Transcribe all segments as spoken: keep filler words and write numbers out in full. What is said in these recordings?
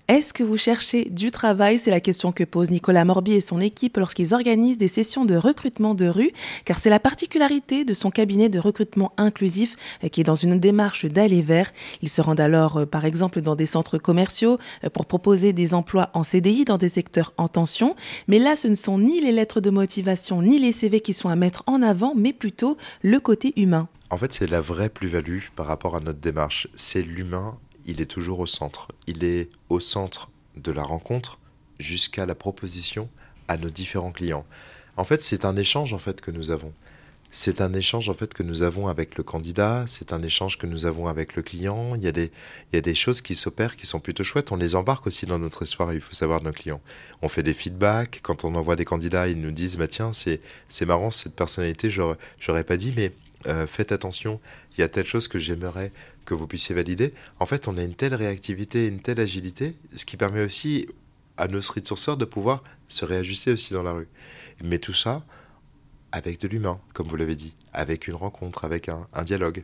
Est-ce que vous cherchez du travail? C'est la question que pose Nicolas Morby et son équipe lorsqu'ils organisent des sessions de recrutement de rue, car c'est la particularité de son cabinet de recrutement inclusif qui est dans une démarche d'aller vers. Ils se rendent alors, par exemple, dans des centres commerciaux pour proposer des emplois en C D I dans des secteurs en tension. Mais là, ce ne sont ni les lettres de motivation ni les C V qui sont à mettre en avant, mais plutôt le côté humain. En fait, c'est la vraie plus-value par rapport à notre démarche. C'est l'humain, il est toujours au centre. Il est au centre de la rencontre jusqu'à la proposition à nos différents clients. En fait, c'est un échange en fait que nous avons. C'est un échange en fait que nous avons avec le candidat, c'est un échange que nous avons avec le client. Il y a des, il y a des choses qui s'opèrent qui sont plutôt chouettes. On les embarque aussi dans notre histoire, il faut savoir, de nos clients. On fait des feedbacks. Quand on envoie des candidats, ils nous disent bah, « Tiens, c'est, c'est marrant cette personnalité, j'aurais, j'aurais pas dit, mais euh, faites attention, il y a telle chose que j'aimerais que vous puissiez valider. » En fait, on a une telle réactivité, une telle agilité, ce qui permet aussi à nos street sourceurs de pouvoir se réajuster aussi dans la rue. Mais tout ça avec de l'humain, comme vous l'avez dit, avec une rencontre, avec un, un dialogue.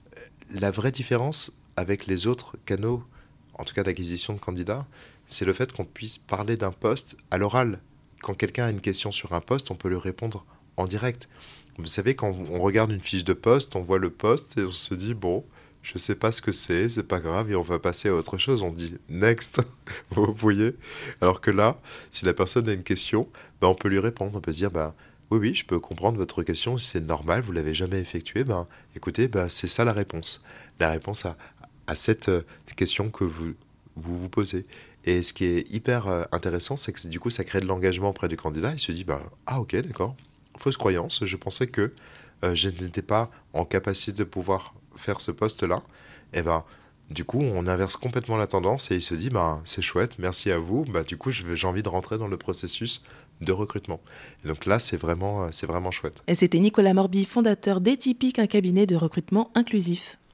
La vraie différence avec les autres canaux, en tout cas d'acquisition de candidats, c'est le fait qu'on puisse parler d'un poste à l'oral. Quand quelqu'un a une question sur un poste, on peut lui répondre en direct. Vous savez, quand on regarde une fiche de poste, on voit le poste et on se dit, bon, je ne sais pas ce que c'est, c'est pas grave, et on va passer à autre chose. On dit, next, vous voyez. Alors que là, si la personne a une question, ben, on peut lui répondre, on peut se dire, ben, oui, oui, je peux comprendre votre question, c'est normal, vous ne l'avez jamais effectué. Ben, écoutez, ben, c'est ça la réponse. La réponse à, à cette euh, question que vous, vous vous posez. Et ce qui est hyper euh, intéressant, c'est que du coup, ça crée de l'engagement auprès du candidat. Il se dit, ben, ah ok, d'accord, fausse croyance, je pensais que euh, je n'étais pas en capacité de pouvoir faire ce poste-là. Et ben, du coup, on inverse complètement la tendance et il se dit, ben, c'est chouette, merci à vous. Ben, du coup, j'ai envie de rentrer dans le processus de recrutement. Et donc là, c'est vraiment, c'est vraiment chouette. Et c'était Nicolas Morby, fondateur d'Atypique, un cabinet de recrutement inclusif.